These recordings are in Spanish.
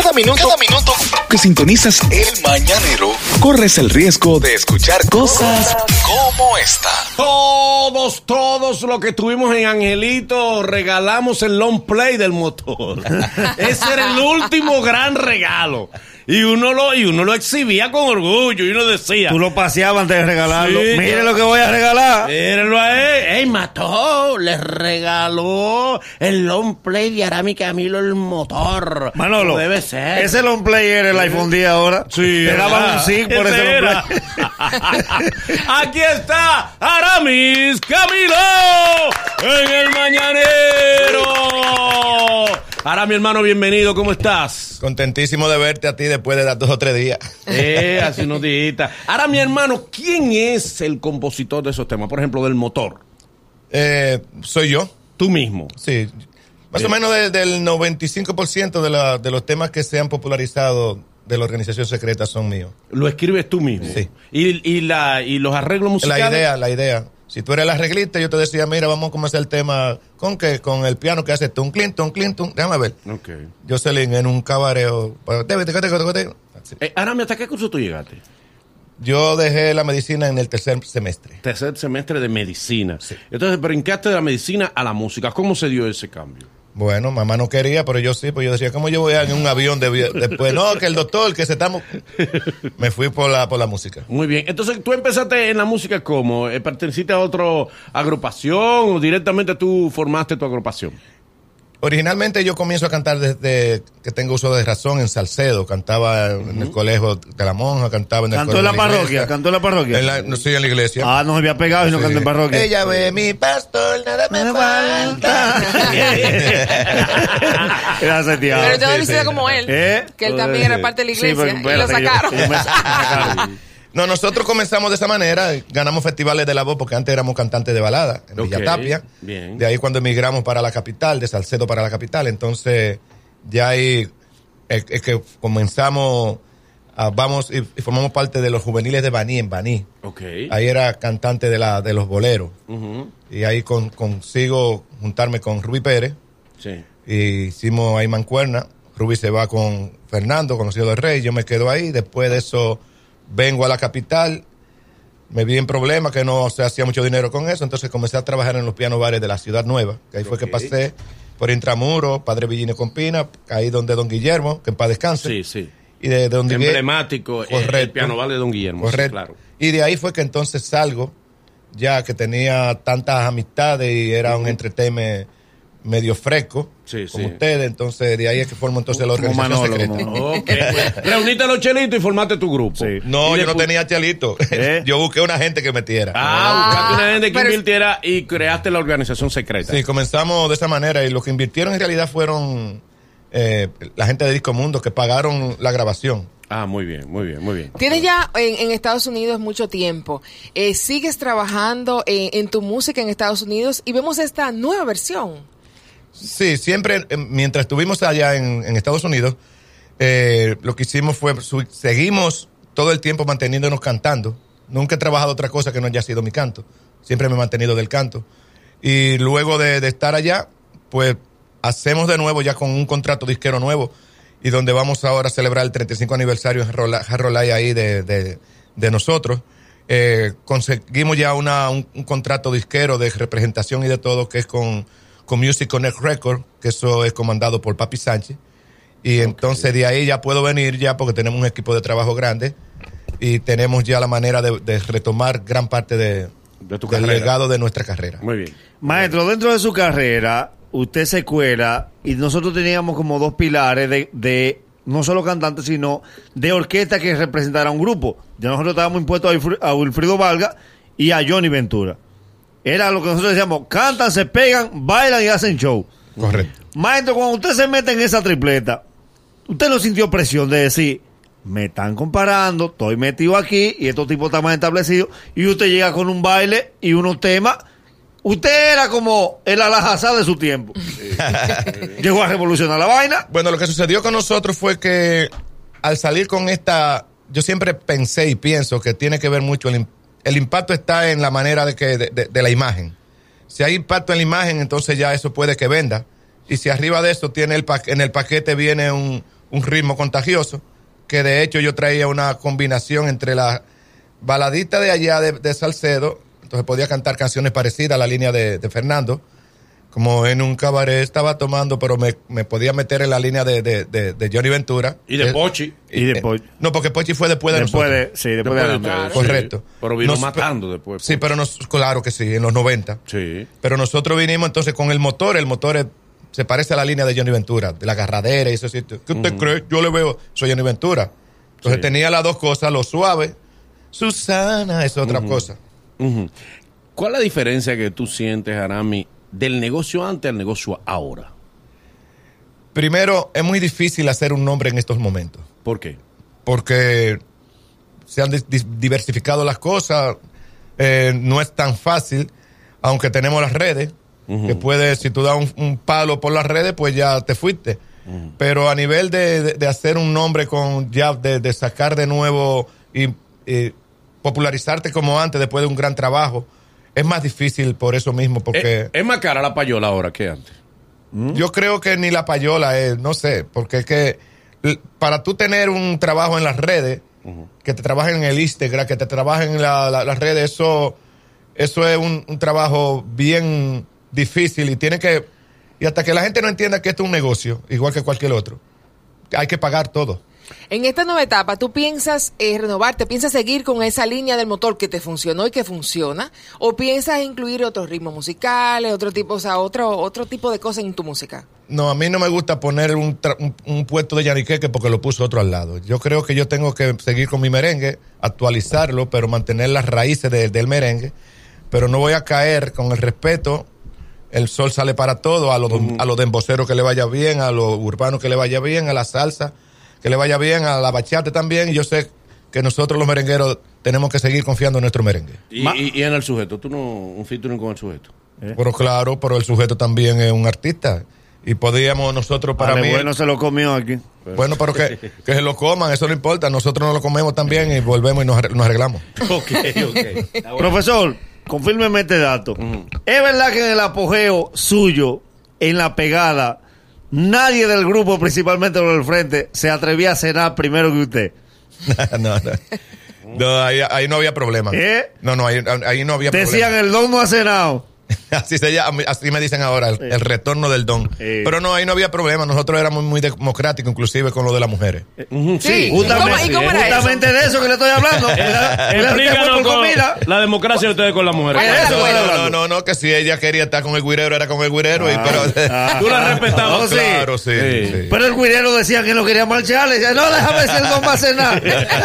Cada minuto que sintonizas el mañanero, corres el riesgo de escuchar cosas como esta. Todos los que estuvimos en Angelito regalamos el long play del motor. Ese era el último gran regalo. Y uno lo exhibía con orgullo y uno decía... Tú lo paseabas antes de regalarlo. Sí, Mire lo que voy a regalar. Mírenlo ahí. ¡Ey, Mató! Les regaló el long play de Arami Camilo el motor. Manolo, como debe ser. Ese long play era el iPhone 10 ahora. Sí, te daban un zig por ese long play. Aquí está Aramis Camilo en el Mañanero. Ahora, mi hermano, bienvenido, ¿cómo estás? Contentísimo de verte a ti después de 2 o 3 días. Hace unos días. Ahora, mi hermano, ¿quién es el compositor de esos temas? Por ejemplo, del motor. Soy yo. Tú mismo. Sí. Más o menos del 95% de los temas que se han popularizado de la organización secreta son míos. ¿Lo escribes tú mismo? Sí. ¿Y los arreglos musicales? La idea. Si tú eres el arreglista, yo te decía, mira, vamos a comenzar el tema con el piano que hace tum, clin, tum, clin, tum. Déjame ver. Okay. Jocelyn en un cabareo. Arami, ¿hasta qué curso tú llegaste? Yo dejé la medicina en el tercer semestre. Tercer semestre de medicina. Sí. Entonces brincaste de la medicina a la música. ¿Cómo se dio ese cambio? Bueno, mamá no quería, pero yo sí, pues yo decía, ¿cómo yo voy en un avión después? No, que el doctor, que se estamos... Me fui por la música. Muy bien. Entonces, ¿tú empezaste en la música cómo? ¿Perteneciste a otra agrupación o directamente tú formaste tu agrupación? Originalmente yo comienzo a cantar desde que tengo uso de razón en Salcedo. Cantaba en el colegio de la monja, cantaba en el ¿Cantó colegio en la parroquia? ¿Cantó en la parroquia? No estoy en la iglesia. Ah, no se había pegado y no cantó en parroquia. Ella ve mi pastor, nada me falta. Gracias, tía. Pero yo no hice como él, que él también era parte de la iglesia, Sí, pero y lo sacaron. No, nosotros comenzamos de esa manera, ganamos festivales de la voz porque antes éramos cantantes de balada en Villa Tapia. Bien. De ahí cuando emigramos para la capital, de Salcedo para la capital, entonces ya ahí es que comenzamos, vamos y formamos parte de los juveniles de Baní, en Baní. Okay. Ahí era cantante de los boleros. Uh-huh. Y ahí consigo juntarme con Rubí Pérez. Sí. Y hicimos ahí mancuerna. Rubí se va con Fernando, conocido del Rey, yo me quedo ahí. Después de eso vengo a la capital, me vi en problemas que no se hacía mucho dinero con eso, entonces comencé a trabajar en los piano bares de la Ciudad Nueva, que ahí fue que pasé por Intramuros, Padre Villini Compina, ahí donde Don Guillermo, que en paz descanse. Sí, sí. Y de donde emblemático, el piano bar de Don Guillermo. Correcto. Sí, claro. Y de ahí fue que entonces salgo, ya que tenía tantas amistades y era un entertainment medio fresco, como ustedes, entonces de ahí es que formo entonces la organización secreta. Okay. Reuniste a los chelitos y formaste tu grupo. Sí. No, yo no tenía chelito. Yo busqué una gente que metiera. Buscaste una gente que invirtiera y creaste la organización secreta. Sí, comenzamos de esa manera y los que invirtieron en realidad fueron la gente de Disco Mundo que pagaron la grabación. Muy bien, muy bien, muy bien. Tienes ya en Estados Unidos mucho tiempo. Sigues trabajando en tu música en Estados Unidos y vemos esta nueva versión. Sí, siempre, mientras estuvimos allá en Estados Unidos, lo que hicimos fue, seguimos todo el tiempo manteniéndonos cantando. Nunca he trabajado otra cosa que no haya sido mi canto. Siempre me he mantenido del canto. Y luego de estar allá, pues hacemos de nuevo ya con un contrato disquero nuevo y donde vamos ahora a celebrar el 35 aniversario en Harrolay ahí de nosotros. Conseguimos ya un contrato disquero de representación y de todo que es con Music Connect Record, que eso es comandado por Papi Sánchez. Y entonces de ahí ya puedo venir ya porque tenemos un equipo de trabajo grande y tenemos ya la manera de retomar gran parte del legado de nuestra carrera. Muy bien. Maestro, dentro de su carrera, usted se cuela y nosotros teníamos como 2 pilares de no solo cantantes, sino de orquesta que representara un grupo. Ya nosotros estábamos impuestos a Wilfrido Valga y a Johnny Ventura. Era lo que nosotros decíamos, cantan, se pegan, bailan y hacen show. Correcto. Maestro, cuando usted se mete en esa tripleta, usted no sintió presión de decir, me están comparando, estoy metido aquí y estos tipos están más establecidos, y usted llega con un baile y unos temas. Usted era como el Alajazá de su tiempo. Llegó a revolucionar la vaina. Bueno, lo que sucedió con nosotros fue que al salir con esta, yo siempre pensé y pienso que tiene que ver mucho el impacto está en la manera de la imagen. Si hay impacto en la imagen, entonces ya eso puede que venda. Y si arriba de eso tiene en el paquete viene un un ritmo contagioso, que de hecho yo traía una combinación entre la baladita de allá de Salcedo, entonces podía cantar canciones parecidas a la línea de Fernando, como en un cabaret estaba tomando, pero me podía meter en la línea de Johnny Ventura. Y de Pochi. No, porque Pochi fue después de nosotros. Después de ustedes, correcto. sí. Pero vino Nos- matando después. Sí, pero claro que sí, en los 90. Sí. Pero nosotros vinimos entonces con el motor se parece a la línea de Johnny Ventura, de la agarradera y esos sitios. ¿Qué usted cree? Yo le veo, soy Johnny Ventura. Entonces tenía las dos cosas, lo suave, Susana, es otra cosa. Ujú. ¿Cuál es la diferencia que tú sientes, Arami, del negocio antes al negocio ahora? Primero, es muy difícil hacer un nombre en estos momentos, ¿Por qué? porque se han diversificado las cosas, no es tan fácil, aunque tenemos las redes, que puedes, si tú das un palo por las redes, pues ya te fuiste. Pero a nivel de hacer un nombre de sacar de nuevo y popularizarte como antes, después de un gran trabajo, es más difícil por eso mismo, porque Es más cara la payola ahora que antes. yo creo que ni la payola es, no sé, porque es que para tú tener un trabajo en las redes, que te trabajen en el Instagram, que te trabajen en las redes, eso es un trabajo bien difícil y hasta que la gente no entienda que esto es un negocio, igual que cualquier otro, hay que pagar todo. En esta nueva etapa, ¿tú piensas renovarte? ¿Piensas seguir con esa línea del motor que te funcionó y que funciona? ¿O piensas incluir otros ritmos musicales, otro tipo de cosas en tu música? No, a mí no me gusta poner un puesto de yaniqueque porque lo puso otro al lado. Yo creo que yo tengo que seguir con mi merengue, actualizarlo, pero mantener las raíces del merengue. Pero no voy a caer con el respeto. El sol sale para todo, a los demboceros que le vaya bien, a los urbanos que le vaya bien, a la salsa que le vaya bien, a la bachata también. Y yo sé que nosotros los merengueros tenemos que seguir confiando en nuestro merengue. Y en el sujeto, ¿tú no un featuring con el sujeto? Pero claro, pero el sujeto también es un artista. Y podíamos nosotros, para mí... Bueno, se lo comió aquí. Bueno, pero que se lo coman, eso no importa. Nosotros nos lo comemos también y volvemos y nos arreglamos. Ok. Está bueno. Profesor, confírmeme este dato. ¿Es verdad que en el apogeo suyo, en la pegada, nadie del grupo, principalmente los del frente, se atrevía a cenar primero que usted? No. No, ahí no había problema. ¿Eh? No, ahí no había Decían, problema. el don no ha cenado. Así me dicen ahora, el retorno del don. Pero no, ahí no había problema. Nosotros éramos muy democráticos, inclusive con lo de las mujeres. Sí. ¿Y cómo era Justamente de eso que le estoy hablando. Explícanos la democracia de ustedes con las mujeres. No, que si ella quería estar con el güirero, era con el güirero. Tú la respetabas. No, sí. Claro, sí. Pero el güirero decía que no quería marchar. Le decía, no, déjame ver si el don va a cenar.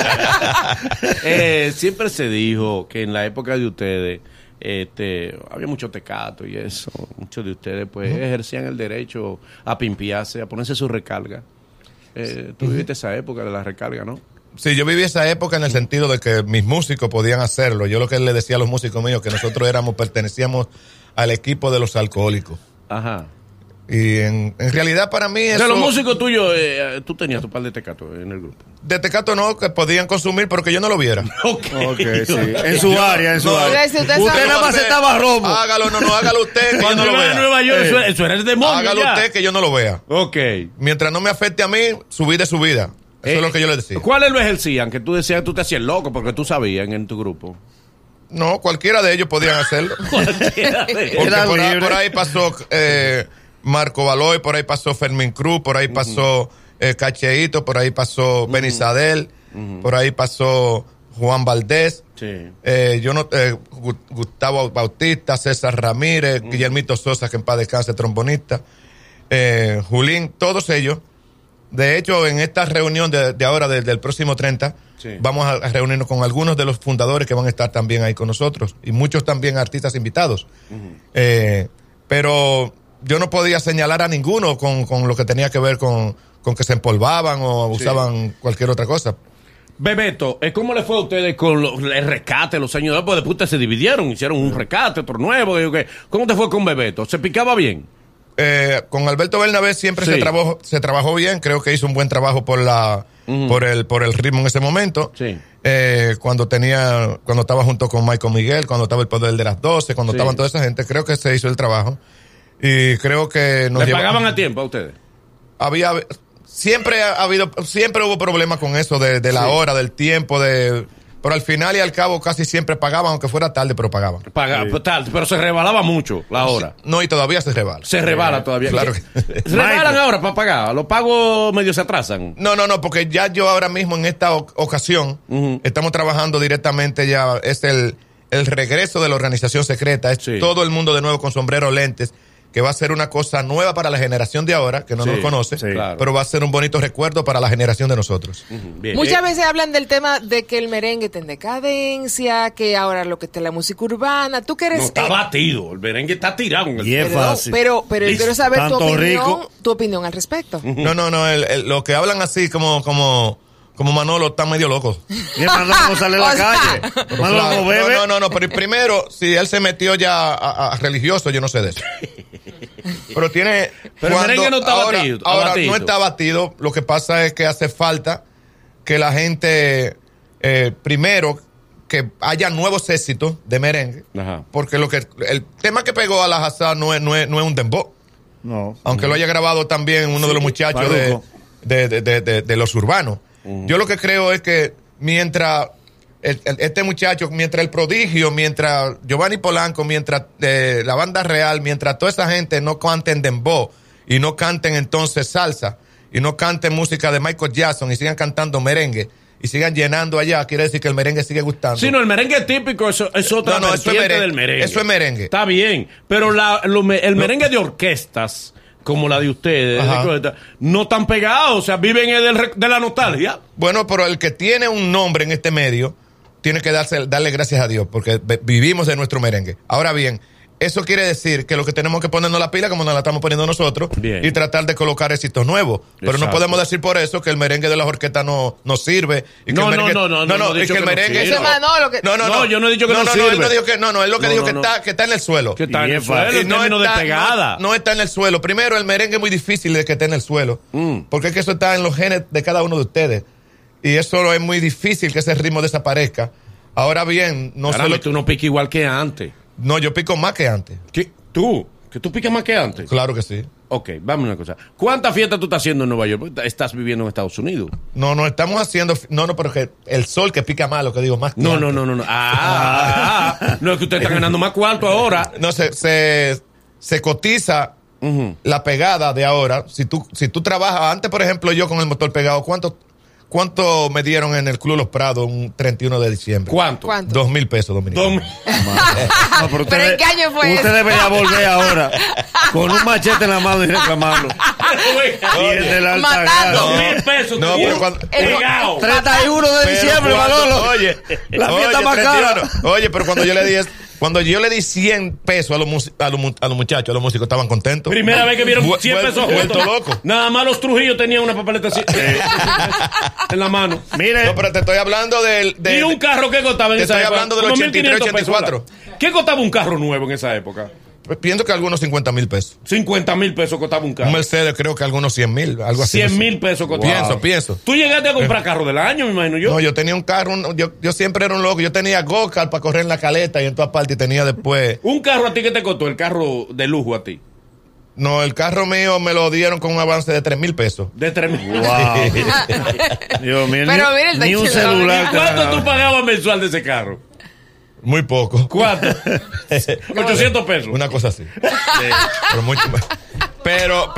Siempre se dijo que en la época de ustedes había mucho tecato y eso. Muchos de ustedes pues ejercían el derecho a pimpiarse, a ponerse su recarga. Tú viviste esa época de la recarga, ¿no? Sí, yo viví esa época en el sentido de que mis músicos podían hacerlo. Yo lo que le decía a los músicos míos, que nosotros pertenecíamos al equipo de los alcohólicos. Ajá. Y en realidad para mí O eso... sea, los músicos tuyos, tú tenías tu par de tecato en el grupo. De tecato no, que podían consumir, pero que yo no lo viera. Ok, Sí. En su área, no, área. Usted Usted sabe- nada más estaba romo. Hágalo usted, que yo Cuando no lo iba a vea. Nueva York, eso era el demonio. Hágalo ya. usted, que yo no lo vea. Ok. Mientras no me afecte a mí, su vida es su vida. Eso es lo que yo le decía. ¿Cuáles lo ejercían? Que tú decías que tú te hacías loco porque tú sabías en tu grupo. No, cualquiera de ellos podían hacerlo. Porque Era por libre. ahí pasó Marco Baloy, por ahí pasó Fermín Cruz, por ahí pasó Cacheíto, por ahí pasó Benizadel, por ahí pasó Juan Valdés, Sí. Gustavo Bautista, César Ramírez, Guillermito Sosa, que en paz descanse, trombonista, Julín, todos ellos. De hecho, en esta reunión de ahora, del próximo 30, Sí. vamos a reunirnos con algunos de los fundadores que van a estar también ahí con nosotros, y muchos también artistas invitados. Pero yo no podía señalar a ninguno con lo que tenía que ver con que se empolvaban o usaban cualquier otra cosa. Bebeto, ¿cómo le fue a ustedes con el rescate, los años después? Después ustedes se dividieron, hicieron un rescate, otro nuevo. ¿Cómo te fue con Bebeto? ¿Se picaba bien? Con Alberto Bernabé siempre Sí. se trabajó bien. Creo que hizo un buen trabajo por el ritmo en ese momento. Sí. Cuando estaba junto con Michael Miguel, cuando estaba el Poder de las 12, cuando Sí. estaban toda esa gente, creo que se hizo el trabajo. Y creo que ¿Le pagaban a tiempo a ustedes? siempre hubo problemas con eso de la hora, del tiempo, pero al final y al cabo casi siempre pagaban, aunque fuera tarde, pero pagaban. Pero se rebalaba mucho la hora. No, y todavía se rebala. Se rebala todavía. Claro ¿Se rebalan ahora para pagar? ¿Los pagos medio se atrasan? No, porque ya yo ahora mismo en esta ocasión estamos trabajando directamente ya, es el regreso de la organización secreta, es todo el mundo de nuevo con sombrero, lentes, que va a ser una cosa nueva para la generación de ahora, que no nos conoce, claro. pero va a ser un bonito recuerdo para la generación de nosotros. Bien. Muchas veces hablan del tema de que el merengue está en decadencia, que ahora lo que está en la música urbana. Tú que eres... No está batido, el merengue está tirado en el Y es fácil. Pero yo quiero saber Tanto tu opinión al respecto. No, lo que hablan así como Manolo está medio loco. Y Manolo no sale a la calle. Pero Manolo claro, no bebe. no, pero primero, si él se metió ya a religioso, yo no sé de eso. Pero Pero el merengue no está batido. Ahora no está batido. Lo que pasa es que hace falta que la gente, primero, que haya nuevos éxitos de merengue. Ajá. Porque el tema que pegó a la Hazard no es un dembow. No. Aunque lo haya grabado también uno de los muchachos de los urbanos. Yo lo que creo es que mientras este muchacho, mientras el Prodigio, mientras Giovanni Polanco, mientras la Banda Real, mientras toda esa gente no canten dembow y no canten entonces salsa y no canten música de Michael Jackson y sigan cantando merengue y sigan llenando allá, quiere decir que el merengue sigue gustando. Sí, no, el merengue típico es otra vertiente del merengue. Eso es merengue. Está bien, pero el merengue de orquestas, como la de ustedes, no están pegados, o sea, viven de la nostalgia. Bueno, pero el que tiene un nombre en este medio tiene que darle gracias a Dios, porque vivimos de nuestro merengue. Ahora bien, eso quiere decir que lo que tenemos que ponernos la pila como nos la estamos poniendo nosotros y tratar de colocar éxitos nuevos. Pero no podemos decir por eso que el merengue de las orquestas no sirve. Y que No, el merengue, no, y que el merengue... No, yo no he dicho que no sirve. Él no dijo que no, él lo que dijo que está en el suelo. Que está en el suelo, en términos de pegada. No está en el suelo. Primero, el merengue es muy difícil de que esté en el suelo, porque es que eso está en los genes de cada uno de ustedes. Y eso es muy difícil que ese ritmo desaparezca. Ahora bien, tú no picas igual que antes. No, yo pico más que antes. ¿Qué? ¿Tú? ¿Que tú picas más que antes? Claro que sí. Ok, vamos a una cosa. ¿Cuántas fiestas tú estás haciendo en Nueva York? Porque estás viviendo en Estados Unidos. No estamos haciendo... No, pero que el sol que pica más, lo que digo, más que No. antes. No, es que ustedes están ganando más cuarto ahora. No, se cotiza la pegada de ahora. Si tú trabajas... Antes, por ejemplo, yo con el motor pegado, ¿Cuánto me dieron en el Club Los Prados un 31 de diciembre? ¿Cuánto? 2,000 pesos dominicanos. No, ¿Pero en qué año fue usted eso? debería volver ahora con un machete en la mano y reclamarlo. Y el de la alta Matando. gama. 2,000 pesos. No, pero cuando... Pegado. 31 de diciembre, Manolo. Oye, La fiesta más cara. 31. Oye, pero cuando yo le di 100 pesos a los muchachos, a los músicos, estaban contentos. Primera vez que vieron 100 pesos vuelto juntos. loco. Nada más los Trujillo tenían una papeleta así en la mano. Mire, No, pero te estoy hablando ¿Y un carro qué costaba en te esa estoy época? hablando del Como 83, 1.500 pesos, 84. ¿verdad? ¿Qué costaba un carro nuevo en esa época? Pienso que algunos 50,000 pesos. 50,000 pesos costaba un carro. Un Mercedes creo que algunos 100,000, algo así. 100,000 pesos costaba. Pienso. Tú llegaste a comprar carro del año, me imagino yo. No, yo tenía un carro, yo siempre era un loco. Yo tenía go-kart para correr en la caleta y en todas partes y tenía después... ¿Un carro a ti que te costó? ¿El carro de lujo a ti? No, el carro mío me lo dieron con un avance de 3,000 pesos. De 3,000. wow. Dios mío, Pero mira el ni un taxi de la celular. ¿Cuánto tú pagabas mensual de ese carro? Muy poco. ¿Cuánto? 800 pesos. Una cosa así. Pero mucho más. Pero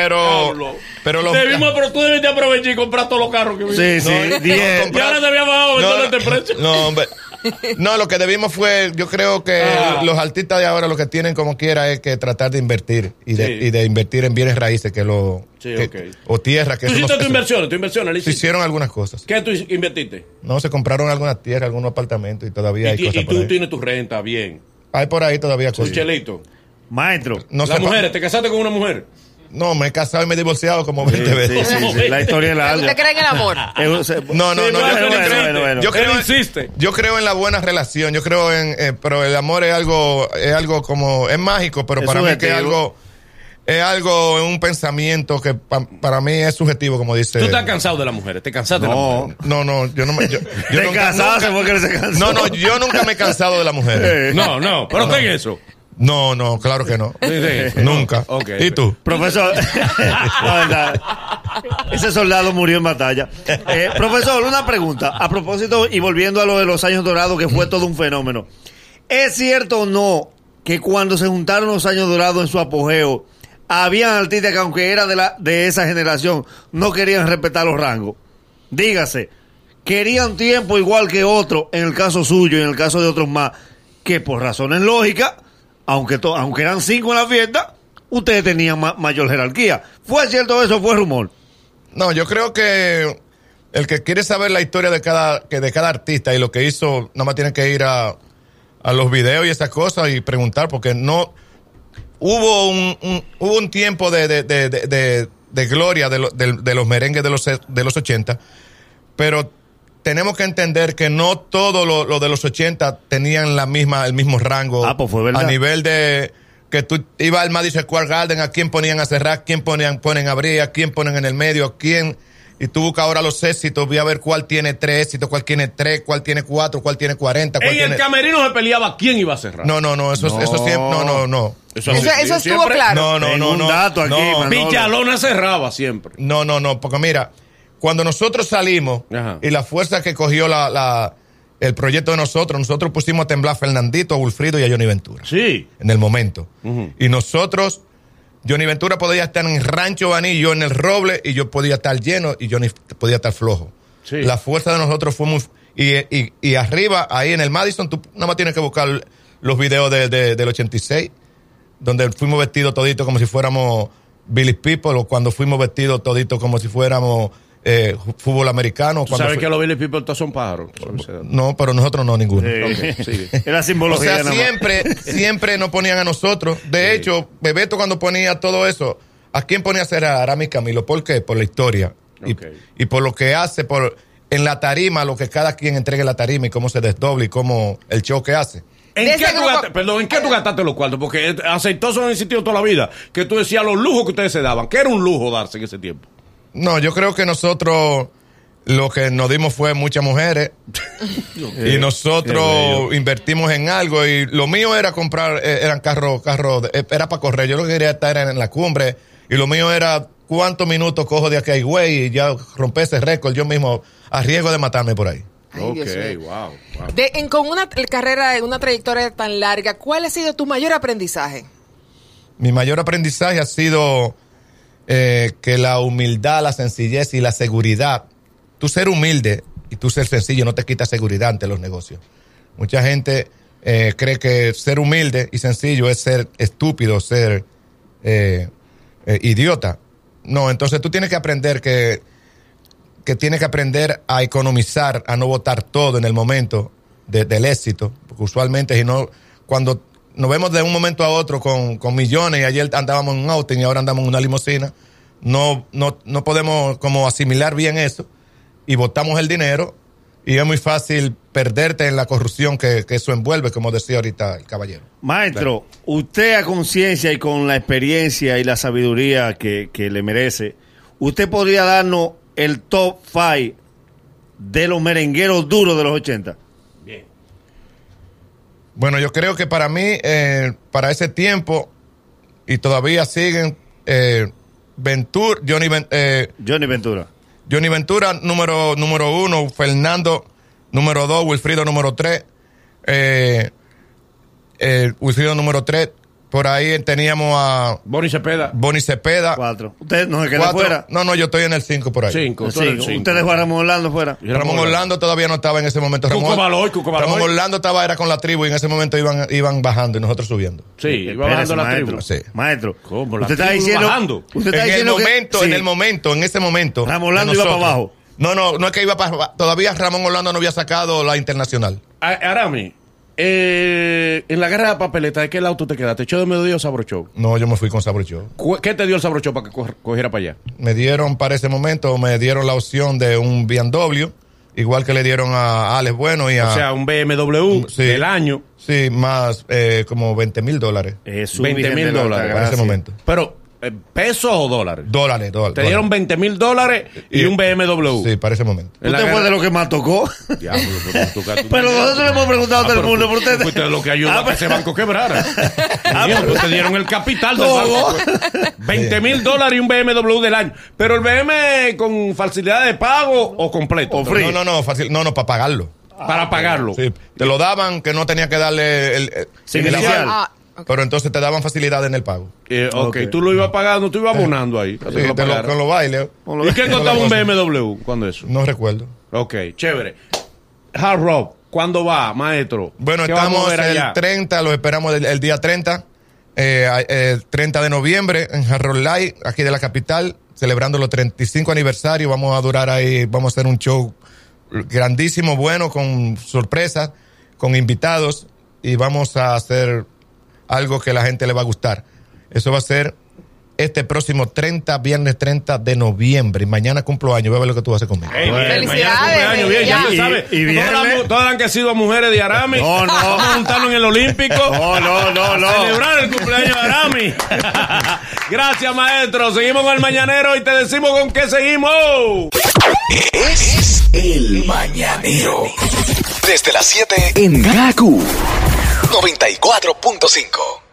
Tú debiste aprovechar y comprar todos los carros que viste. Sí, sí, 10. Y ahora te había bajado este precio. No, hombre. No, lo que debimos fue, yo creo que los artistas de ahora lo que tienen como quiera es que tratar de invertir y de invertir en bienes raíces o tierra. Que ¿Tú eso hiciste no- tu inversión, Se hicieron algunas cosas. ¿Qué tú invertiste? No, se compraron algunas tierras, algunos apartamentos y todavía hay cosas Y por tú ahí. tienes tu renta, bien. Hay por ahí todavía Un cosas. chelito. Maestro. No Las sé, mujeres, ¿te casaste con una mujer? No, me he casado y me he divorciado como 20 veces. Sí. La historia es larga. ¿Usted cree en el amor? No, Bueno. yo creo en la buena relación. Yo creo pero el amor es algo como, es mágico, pero Es para mí que subjetivo. es algo, un pensamiento que para mí es subjetivo, como dice. ¿Tú estás cansado de las mujeres? ¿Te cansaste de las mujeres? No, yo no me. Yo Te nunca- casaste nunca- porque él se cansó. No, yo nunca me he cansado de las mujeres. No, pero ¿qué es eso? No, claro que no. Sí. Nunca. Ok. ¿Y tú? Profesor. No, verdad. Ese soldado murió en batalla. Profesor, una pregunta. A propósito, y volviendo a lo de los años dorados, que fue todo un fenómeno. ¿Es cierto o no que cuando se juntaron los años dorados en su apogeo, habían artistas que aunque era de esa generación, no querían respetar los rangos? Dígase, querían tiempo igual que otros, en el caso suyo y en el caso de otros más, que por razones lógicas, aunque eran 5 en la fiesta, ustedes tenían mayor jerarquía. ¿Fue cierto eso o fue rumor? No, yo creo que el que quiere saber la historia de cada artista y lo que hizo, nada más tiene que ir a los videos y esas cosas y preguntar, porque no hubo un tiempo de gloria de los merengues de los 80, pero tenemos que entender que no todo lo de los 80 tenían el mismo rango. Pues fue verdad. A nivel de que tú ibas al Madison Square Garden, a quién ponían a cerrar, quién ponen a abrir, a quién ponen en el medio, a quién. Y tú buscas ahora los éxitos, voy a ver cuál tiene 3 éxitos, cuál tiene 3, cuál tiene 4, cuál tiene 40. En el camerino se peleaba quién iba a cerrar. No, eso siempre, no. Eso estuvo claro. No. Un dato aquí, Manolo. Villalona cerraba siempre. No, porque mira, cuando nosotros salimos, ajá, y la fuerza que cogió el proyecto de nosotros pusimos a temblar a Fernandito, a Wilfrido y a Johnny Ventura. Sí. En el momento. Uh-huh. Y nosotros, Johnny Ventura podía estar en Rancho Baní, yo en el Roble, y yo podía estar lleno y Johnny podía estar flojo. Sí. La fuerza de nosotros fue muy... Y arriba, ahí en el Madison, tú nada más tienes que buscar los videos del 86, donde fuimos vestidos toditos como si fuéramos Billy People, o cuando fuimos vestidos toditos como si fuéramos fútbol americano. ¿Tú sabes que los Billy People todos son pájaros? No, pero nosotros no, ninguno. Sí. Era simbología. O sea, siempre nos ponían a nosotros. De hecho, Bebeto cuando ponía todo eso, ¿a quién ponía a hacer a Aramis Camilo? ¿Por qué? Por la historia. Y por lo que hace, en la tarima, lo que cada quien entregue la tarima y cómo se desdobla y cómo el show que hace. ¿En qué tú gastaste los cuartos? Porque aceitosos han existido toda la vida. Que tú decías los lujos que ustedes se daban. ¿Qué era un lujo darse en ese tiempo? No, yo creo que nosotros lo que nos dimos fue muchas mujeres y nosotros invertimos en algo y lo mío era comprar, eran carros, era para correr. Yo lo que quería estar en la cumbre y lo mío era cuántos minutos cojo de aquí a Higüey y ya romper ese récord yo mismo a riesgo de matarme por ahí. Ay, wow. Con una carrera, una trayectoria tan larga, ¿cuál ha sido tu mayor aprendizaje? Mi mayor aprendizaje ha sido que la humildad, la sencillez y la seguridad, tú ser humilde y tú ser sencillo no te quita seguridad ante los negocios. Mucha gente cree que ser humilde y sencillo es ser estúpido, ser idiota. No, entonces tú tienes que aprender que tienes que aprender a economizar, a no botar todo en el momento del éxito, porque usualmente si no, cuando nos vemos de un momento a otro con millones y ayer andábamos en un auto y ahora andamos en una limusina, no podemos como asimilar bien eso y botamos el dinero y es muy fácil perderte en la corrupción que eso envuelve, como decía ahorita el caballero. Maestro, usted a conciencia y con la experiencia y la sabiduría que le merece, ¿usted podría darnos el top 5 de los merengueros duros de los 80? Bien. Bueno, yo creo que para mí, para ese tiempo, y todavía siguen, Johnny Ventura, número 1, Fernando, número 2, Wilfrido, número 3, Wilfrido, número 3. Por ahí teníamos a Bonnie Cepeda. 4. ¿Usted no se queda fuera? No, yo estoy en el 5 por ahí. 5. ¿Usted dejó a Ramón Orlando fuera? Ramón Orlando todavía no estaba en ese momento. Cuco Baloy. Ramón Orlando era con la tribu y en ese momento iban bajando y nosotros subiendo. Sí, iba bajando la tribu. Sí. Maestro, ¿cómo? usted está diciendo... Bajando. Usted está diciendo en ese momento. Ramón Orlando iba para abajo. No es que iba para abajo. Todavía Ramón Orlando no había sacado la internacional. Arami, en la guerra de papeleta, ¿de qué auto te quedaste? ¿Echó de mediodía o Sabro Show? No, yo me fui con Sabro Show. ¿Qué te dio el Sabro Show para que cogiera para allá? Me dieron la opción de un BMW, igual que le dieron a Alex Bueno y a... O sea, un BMW del año. Sí, más como $20,000. $20,000 $20,000 para ese momento. Pero ¿Pesos o dólares? Dólares. Te dieron $20,000 y un BMW. Sí, para ese momento. Usted fue de lo que más tocó. Diablo, Pero nosotros le hemos preguntado a todo el mundo. Pero usted... Fuiste lo que ayudó a que ese banco quebrara. Pues te dieron el capital del ¿Cómo? banco. $20,000 y un BMW del año. Pero el BM con facilidad de pago o completo. O free. No, fácil. No, para pagarlo. Para pagarlo. Sí, te lo daban que no tenía que darle el Sin el inicial. aval. Ok. Pero entonces te daban facilidad en el pago. Ok, tú lo ibas pagando, tú ibas abonando ahí. Sí, con los bailes. ¿Y qué costaba un BMW cuando eso? No recuerdo. Ok, chévere. Hard Rock, ¿cuándo va, maestro? Bueno, ¿Qué vamos estamos a ver el allá? 30, lo esperamos el día 30. 30 de noviembre en Hard Rock Live, aquí de la capital, celebrando los 35 aniversarios. Vamos a durar ahí, vamos a hacer un show grandísimo, bueno, con sorpresas, con invitados, y vamos a hacer algo que a la gente le va a gustar. Eso va a ser este próximo viernes 30 de noviembre. Y mañana cumplo años. Voy a ver lo que tú vas a hacer conmigo. Ey, bien, Felicidades, mañana cumpleaños, bien, ya ya. tú sabes. Y viernes. Todas las que han sido mujeres de Arami. No. Vamos a juntarnos en el Olímpico. No. Celebrar el cumpleaños de Arami. Gracias, maestro. Seguimos con el Mañanero y te decimos con qué seguimos. Es el Mañanero. Desde las 7 en GACU 94.5.